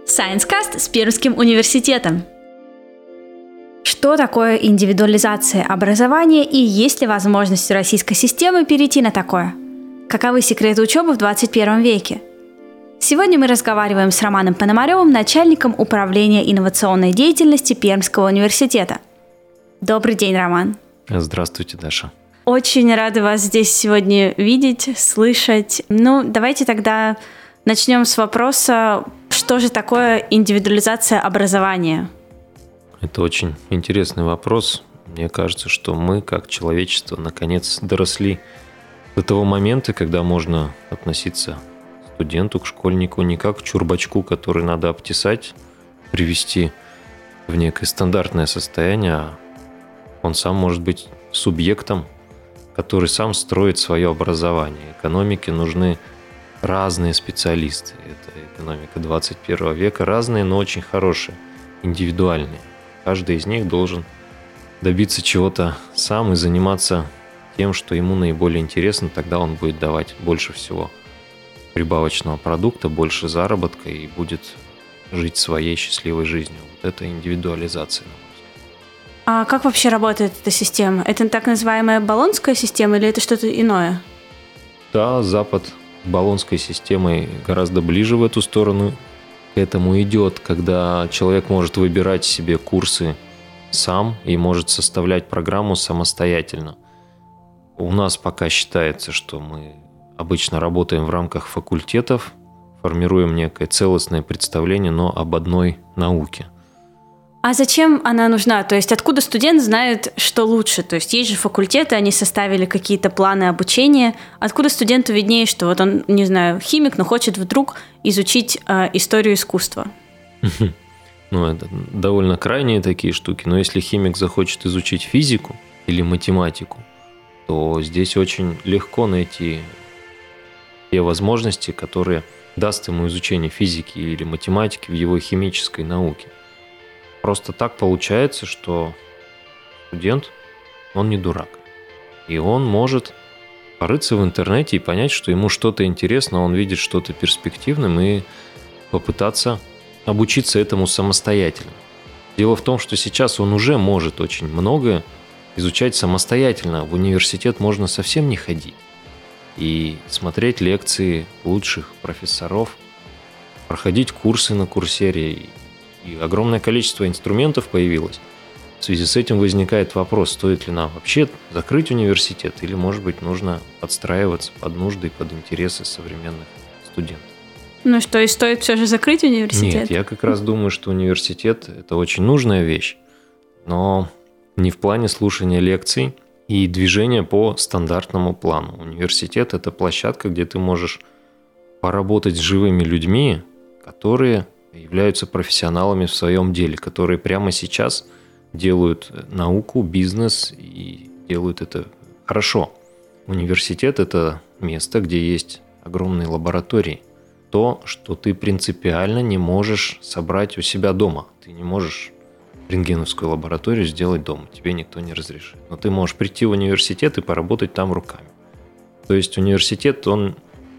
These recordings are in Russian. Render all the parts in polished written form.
ScienceCast с Пермским университетом. Что такое индивидуализация образования и есть ли возможность у российской системы перейти на такое? Каковы секреты учебы в 21 веке? Сегодня мы разговариваем с Романом Пономаревым, начальником управления инновационной деятельности Пермского университета. Добрый день, Роман. Здравствуйте, Даша. Очень рада вас здесь сегодня видеть, слышать. Давайте тогда начнем с вопроса, что же такое индивидуализация образования? Это очень интересный вопрос. Мне кажется, что мы, как человечество, наконец доросли до того момента, когда можно относиться к студенту, к школьнику не как к чурбачку, который надо обтесать, привести в некое стандартное состояние, а он сам может быть субъектом, который сам строит свое образование. Экономике нужны разные специалисты. Это экономика 21 века, разные, но очень хорошие, индивидуальные. Каждый из них должен добиться чего-то сам и заниматься тем, что ему наиболее интересно, тогда он будет давать больше всего прибавочного продукта, больше заработка и будет жить своей счастливой жизнью. Вот это индивидуализация. А как вообще работает эта система? Это так называемая болонская система или это что-то иное? Да, Запад с болонской системой гораздо ближе в эту сторону к этому идет, когда человек может выбирать себе курсы сам и может составлять программу самостоятельно. У нас пока считается, что мы обычно работаем в рамках факультетов, формируем некое целостное представление, но об одной науке. А зачем она нужна? То есть откуда студент знает, что лучше? То есть есть же факультеты, они составили какие-то планы обучения. Откуда студенту виднее, что вот он, не знаю, химик, но хочет вдруг изучить историю искусства? Это довольно крайние такие штуки. Но если химик захочет изучить физику или математику, то здесь очень легко найти те возможности, которые даст ему изучение физики или математики в его химической науке. Просто так получается, что студент, он не дурак. И он может порыться в интернете и понять, что ему что-то интересно, он видит что-то перспективным и попытаться обучиться этому самостоятельно. Дело в том, что сейчас он уже может очень многое изучать самостоятельно. В университет можно совсем не ходить. И смотреть лекции лучших профессоров, проходить курсы на Курсере. И огромное количество инструментов появилось. В связи с этим возникает вопрос, стоит ли нам вообще закрыть университет, или, может быть, нужно подстраиваться под нужды и под интересы современных студентов. И стоит все же закрыть университет? Нет, я как раз думаю, что университет – это очень нужная вещь, но не в плане слушания лекций и движения по стандартному плану. Университет – это площадка, где ты можешь поработать с живыми людьми, которые являются профессионалами в своем деле, которые прямо сейчас делают науку, бизнес и делают это хорошо. Университет – это место, где есть огромные лаборатории. То, что ты принципиально не можешь собрать у себя дома. Ты не можешь рентгеновскую лабораторию сделать дома, тебе никто не разрешит. Но ты можешь прийти в университет и поработать там руками. То есть университет, он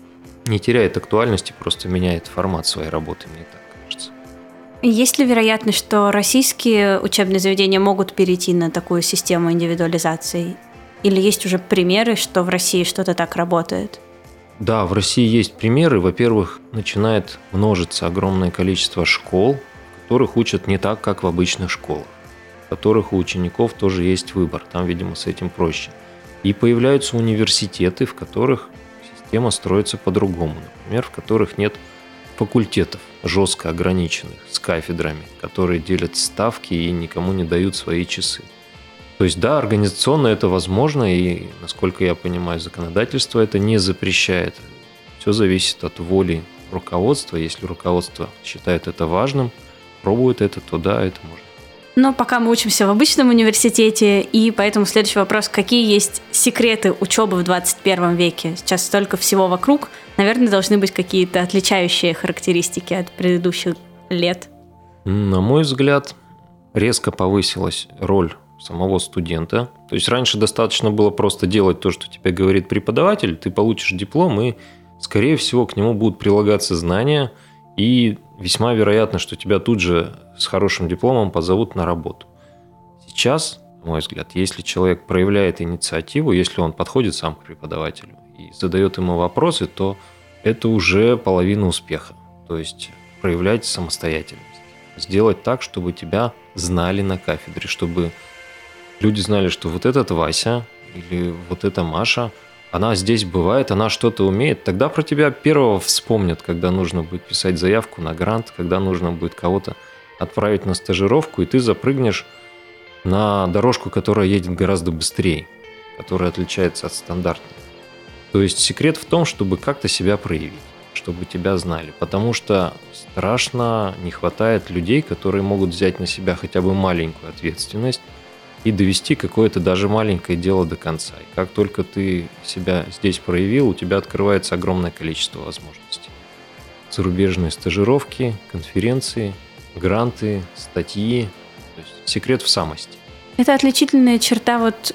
не теряет актуальности, просто меняет формат своей работы, мне так кажется. Есть ли вероятность, что российские учебные заведения могут перейти на такую систему индивидуализации? Или есть уже примеры, что в России что-то так работает? Да, в России есть примеры. Во-первых, начинает множиться огромное количество школ, в которых учат не так, как в обычных школах, в которых у учеников тоже есть выбор. Там, видимо, с этим проще. И появляются университеты, в которых система строится по-другому. Например, в которых нет факультетов, жестко ограниченных, с кафедрами, которые делят ставки и никому не дают свои часы. То есть, да, организационно это возможно, и, насколько я понимаю, законодательство это не запрещает. Все зависит от воли руководства. Если руководство считает это важным, пробует это, то да, это можно. Но пока мы учимся в обычном университете, и поэтому следующий вопрос, какие есть секреты учебы в 21 веке? Сейчас столько всего вокруг, наверное, должны быть какие-то отличающие характеристики от предыдущих лет. На мой взгляд, резко повысилась роль самого студента. То есть раньше достаточно было просто делать то, что тебе говорит преподаватель, ты получишь диплом, и, скорее всего, к нему будут прилагаться знания, и весьма вероятно, что тебя тут же с хорошим дипломом позовут на работу. Сейчас, на мой взгляд, если человек проявляет инициативу, если он подходит сам к преподавателю и задает ему вопросы, то это уже половина успеха. То есть проявлять самостоятельность. Сделать так, чтобы тебя знали на кафедре, чтобы люди знали, что вот этот Вася или вот эта Маша, она здесь бывает, она что-то умеет. Тогда про тебя первого вспомнят, когда нужно будет писать заявку на грант, когда нужно будет кого-то отправить на стажировку, и ты запрыгнешь на дорожку, которая едет гораздо быстрее, которая отличается от стандартной. То есть секрет в том, чтобы как-то себя проявить, чтобы тебя знали. Потому что страшно не хватает людей, которые могут взять на себя хотя бы маленькую ответственность и довести какое-то даже маленькое дело до конца. И как только ты себя здесь проявил, у тебя открывается огромное количество возможностей. Зарубежные стажировки, конференции, гранты, статьи. То есть секрет в самости. Это отличительная черта вот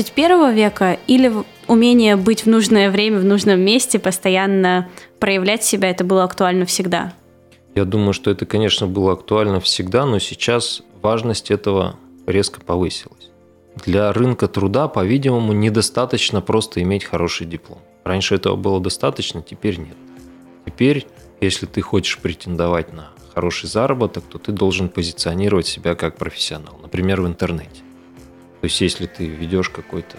21 века или умение быть в нужное время, в нужном месте, постоянно проявлять себя, это было актуально всегда? Я думаю, что это, конечно, было актуально всегда, но сейчас важность этого резко повысилась. Для рынка труда, по-видимому, недостаточно просто иметь хороший диплом. Раньше этого было достаточно, теперь нет. Теперь, если ты хочешь претендовать на хороший заработок, то ты должен позиционировать себя как профессионал, например, в интернете. То есть, если ты ведешь какой-то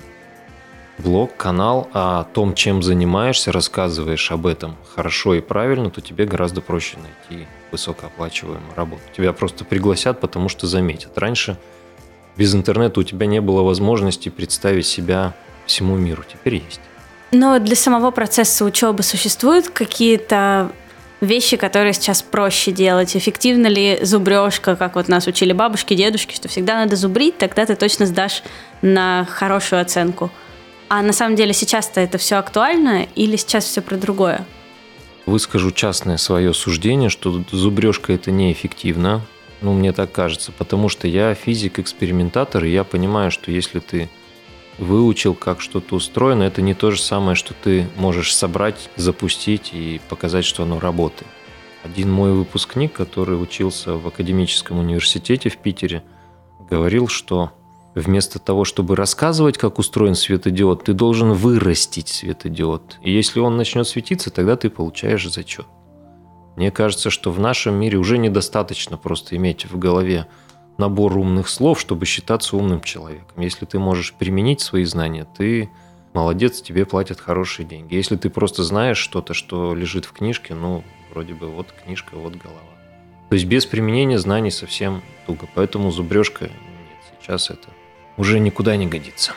блог, канал о том, чем занимаешься, рассказываешь об этом хорошо и правильно, то тебе гораздо проще найти высокооплачиваемую работу. Тебя просто пригласят, потому что заметят. Раньше без интернета у тебя не было возможности представить себя всему миру. Теперь есть. Но для самого процесса учебы существуют какие-то вещи, которые сейчас проще делать? Эффективна ли зубрежка, как вот нас учили бабушки, дедушки, что всегда надо зубрить, тогда ты точно сдашь на хорошую оценку? А на самом деле сейчас-то это все актуально или сейчас все про другое? Выскажу частное свое суждение, что зубрежка это неэффективно. Ну, мне так кажется, потому что я физик-экспериментатор, и я понимаю, что если ты выучил, как что-то устроено, это не то же самое, что ты можешь собрать, запустить и показать, что оно работает. Один мой выпускник, который учился в академическом университете в Питере, говорил, что вместо того, чтобы рассказывать, как устроен светодиод, ты должен вырастить светодиод. И если он начнет светиться, тогда ты получаешь зачет. Мне кажется, что в нашем мире уже недостаточно просто иметь в голове набор умных слов, чтобы считаться умным человеком. Если ты можешь применить свои знания, ты молодец, тебе платят хорошие деньги. Если ты просто знаешь что-то, что лежит в книжке, ну, вроде бы вот книжка, вот голова. То есть без применения знаний совсем туго. Поэтому зубрежка нет, сейчас это уже никуда не годится.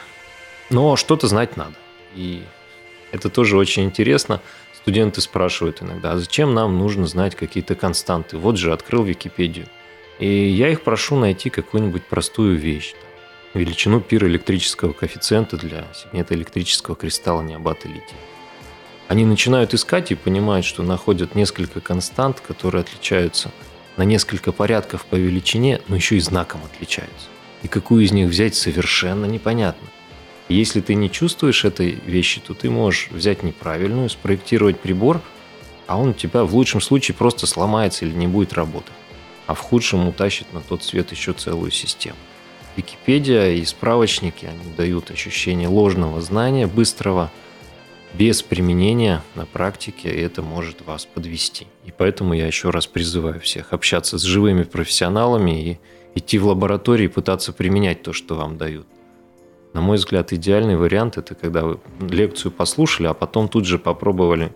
Но что-то знать надо. И это тоже очень интересно. Студенты спрашивают иногда, а зачем нам нужно знать какие-то константы? Вот же открыл Википедию. И я их прошу найти какую-нибудь простую вещь. Величину пироэлектрического коэффициента для сегментоэлектрического кристалла необата лития. Они начинают искать и понимают, что находят несколько констант, которые отличаются на несколько порядков по величине, но еще и знаком отличаются. И какую из них взять, совершенно непонятно. И если ты не чувствуешь этой вещи, то ты можешь взять неправильную, спроектировать прибор, а он у тебя в лучшем случае просто сломается или не будет работать. А в худшем утащит на тот свет еще целую систему. Википедия и справочники, они дают ощущение ложного знания, быстрого, без применения на практике, и это может вас подвести. И поэтому я еще раз призываю всех общаться с живыми профессионалами и идти в лаборатории и пытаться применять то, что вам дают. На мой взгляд, идеальный вариант – это когда вы лекцию послушали, а потом тут же попробовали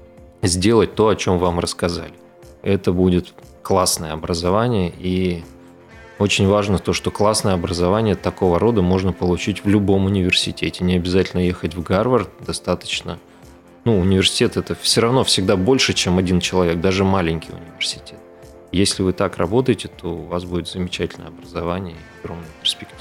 сделать то, о чем вам рассказали. Это будет классное образование, и очень важно то, что классное образование такого рода можно получить в любом университете. Не обязательно ехать в Гарвард, достаточно. Университет – это все равно всегда больше, чем один человек, даже маленький университет. Если вы так работаете, то у вас будет замечательное образование и огромные перспективы.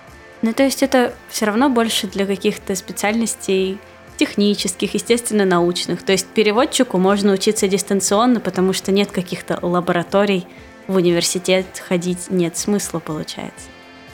То есть это все равно больше для каких-то специальностей технических, естественно, научных. То есть переводчику можно учиться дистанционно, потому что нет каких-то лабораторий, в университет ходить нет смысла, получается.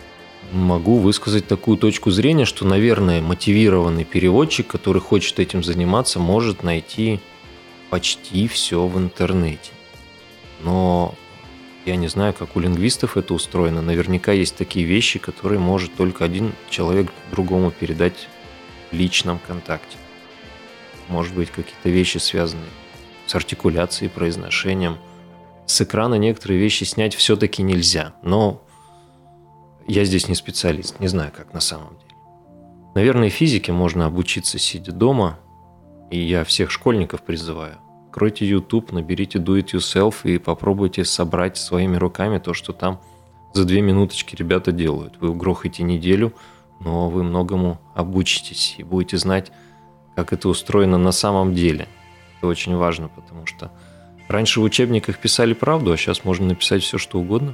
Могу высказать такую точку зрения, что, наверное, мотивированный переводчик, который хочет этим заниматься, может найти почти все в интернете. Но я не знаю, как у лингвистов это устроено. Наверняка есть такие вещи, которые может только один человек другому передать в личном контакте. Может быть, какие-то вещи, связанные с артикуляцией, произношением. С экрана некоторые вещи снять все-таки нельзя. Но я здесь не специалист, не знаю, как на самом деле. Наверное, физике можно обучиться, сидя дома. И я всех школьников призываю. Откройте YouTube, наберите Do It Yourself и попробуйте собрать своими руками то, что там за 2 минуточки ребята делают. Вы угрохаете неделю, но вы многому обучитесь и будете знать, как это устроено на самом деле. Это очень важно, потому что раньше в учебниках писали правду, а сейчас можно написать все, что угодно.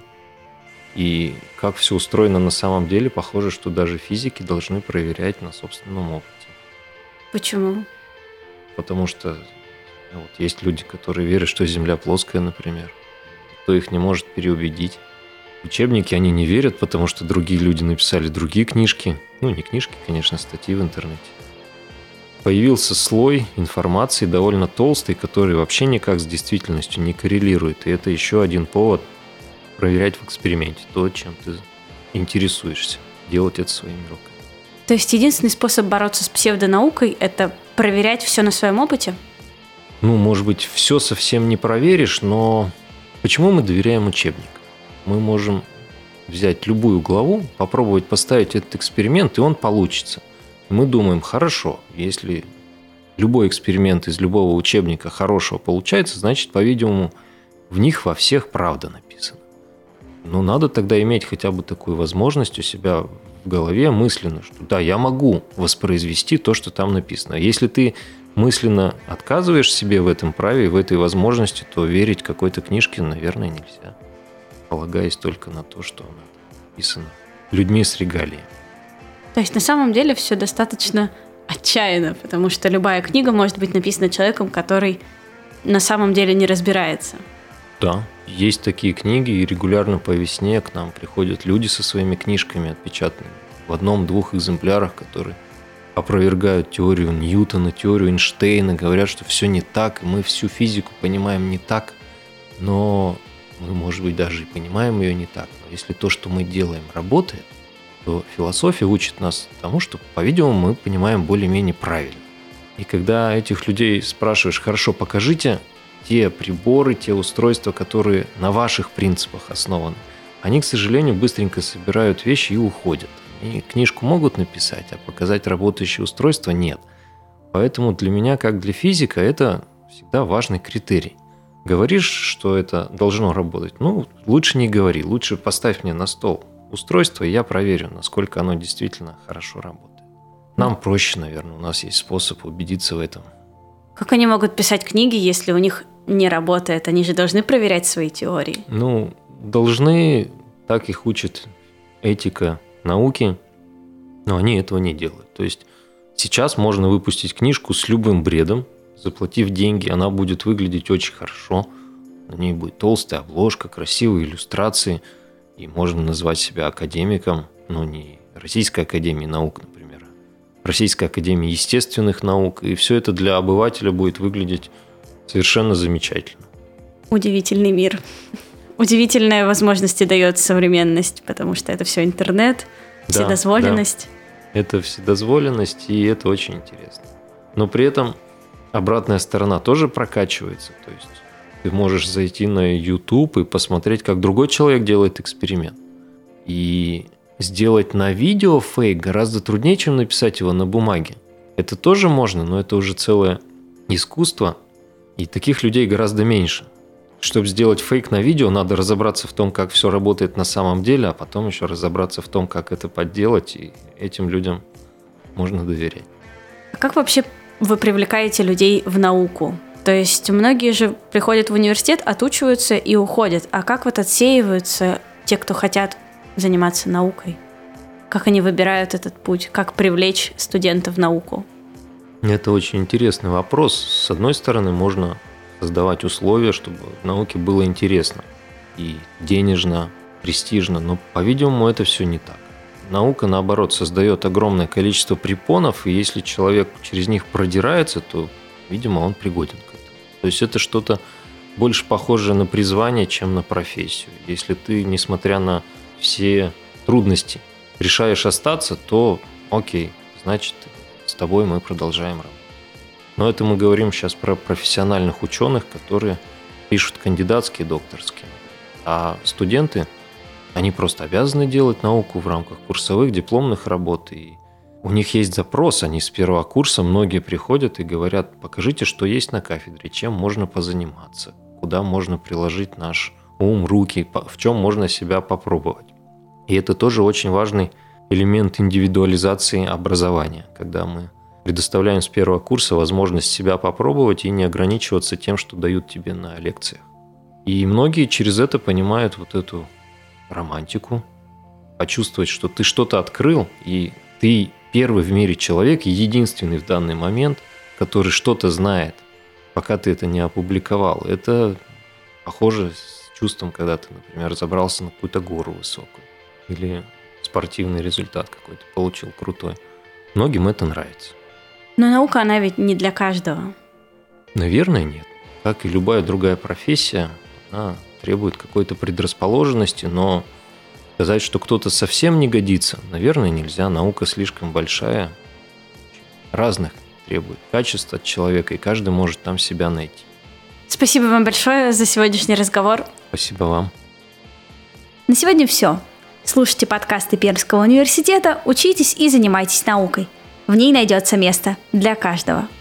И как все устроено на самом деле, похоже, что даже физики должны проверять на собственном опыте. Почему? Потому что есть люди, которые верят, что Земля плоская, например. Кто их не может переубедить. В учебники они не верят, потому что другие люди написали другие книжки. Ну, не книжки, конечно, статьи в интернете. Появился слой информации довольно толстый, который вообще никак с действительностью не коррелирует. И это еще один повод проверять в эксперименте то, чем ты интересуешься. Делать это своими руками. То есть единственный способ бороться с псевдонаукой – это проверять все на своем опыте? Ну, может быть, все совсем не проверишь, но почему мы доверяем учебнику? Мы можем взять любую главу, попробовать поставить этот эксперимент, и он получится. Мы думаем, хорошо, если любой эксперимент из любого учебника хорошего получается, значит, по-видимому, в них во всех правда написано. Но надо тогда иметь хотя бы такую возможность у себя в голове мысленно, что да, я могу воспроизвести то, что там написано. Если ты мысленно отказываешь себе в этом праве и в этой возможности, то верить какой-то книжке, наверное, нельзя. Полагаясь только на то, что она написана людьми с регалией. То есть на самом деле все достаточно отчаянно, потому что любая книга может быть написана человеком, который на самом деле не разбирается. Да, есть такие книги, и регулярно по весне к нам приходят люди со своими книжками отпечатанными в 1-2 экземплярах, которые опровергают теорию Ньютона, теорию Эйнштейна, говорят, что все не так, и мы всю физику понимаем не так, но мы, может быть, даже и понимаем ее не так. Но если то, что мы делаем, работает, то философия учит нас тому, что, по-видимому, мы понимаем более-менее правильно. И когда этих людей спрашиваешь, хорошо, покажите те приборы, те устройства, которые на ваших принципах основаны, они, к сожалению, быстренько собирают вещи и уходят. И книжку могут написать, а показать работающее устройство нет. Поэтому для меня, как для физика, это всегда важный критерий. Говоришь, что это должно работать, ну, лучше не говори, лучше поставь мне на стол устройство, и я проверю, насколько оно действительно хорошо работает. Нам проще, наверное, у нас есть способ убедиться в этом. Как они могут писать книги, если у них не работает? Они же должны проверять свои теории. Ну, должны, так их учит этика науки, но они этого не делают. То есть сейчас можно выпустить книжку с любым бредом, заплатив деньги, она будет выглядеть очень хорошо, на ней будет толстая обложка, красивые иллюстрации, и можно назвать себя академиком, но не Российской академии наук, например, а Российской академии естественных наук, и все это для обывателя будет выглядеть совершенно замечательно. Удивительный мир. Удивительные возможности дает современность, потому что это все интернет, вседозволенность. Да. Это вседозволенность, и это очень интересно. Но при этом обратная сторона тоже прокачивается. То есть ты можешь зайти на YouTube и посмотреть, как другой человек делает эксперимент. И сделать на видео фейк гораздо труднее, чем написать его на бумаге. Это тоже можно, но это уже целое искусство, и таких людей гораздо меньше. Чтобы сделать фейк на видео, надо разобраться в том, как все работает на самом деле, а потом еще разобраться в том, как это подделать, и этим людям можно доверять. А как вообще вы привлекаете людей в науку? То есть многие же приходят в университет, отучиваются и уходят. А как вот отсеиваются те, кто хотят заниматься наукой? Как они выбирают этот путь? Как привлечь студентов в науку? Это очень интересный вопрос. С одной стороны, можно создавать условия, чтобы в науке было интересно и денежно, престижно, но, по-видимому, это все не так. Наука, наоборот, создает огромное количество препонов, и если человек через них продирается, то, видимо, он пригоден к этому. То есть это что-то больше похоже на призвание, чем на профессию. Если ты, несмотря на все трудности, решаешь остаться, то окей, значит, с тобой мы продолжаем работать. Но это мы говорим сейчас про профессиональных ученых, которые пишут кандидатские, докторские. А студенты, они просто обязаны делать науку в рамках курсовых, дипломных работ. И у них есть запрос, они с первого курса, многие приходят и говорят: покажите, что есть на кафедре, чем можно позаниматься, куда можно приложить наш ум, руки, в чем можно себя попробовать. И это тоже очень важный элемент индивидуализации образования, когда мы предоставляем с первого курса возможность себя попробовать и не ограничиваться тем, что дают тебе на лекциях. И многие через это понимают вот эту романтику, почувствовать, что ты что-то открыл, и ты первый в мире человек, единственный в данный момент, который что-то знает, пока ты это не опубликовал. Это похоже с чувством, когда ты, например, забрался на какую-то гору высокую или спортивный результат какой-то получил крутой. Многим это нравится. Но наука, она ведь не для каждого. Наверное, нет. Как и любая другая профессия, она требует какой-то предрасположенности, но сказать, что кто-то совсем не годится, наверное, нельзя. Наука слишком большая, разных требует качеств от человека, и каждый может там себя найти. Спасибо вам большое за сегодняшний разговор. Спасибо вам. На сегодня все. Слушайте подкасты Пермского университета, учитесь и занимайтесь наукой. В ней найдется место для каждого.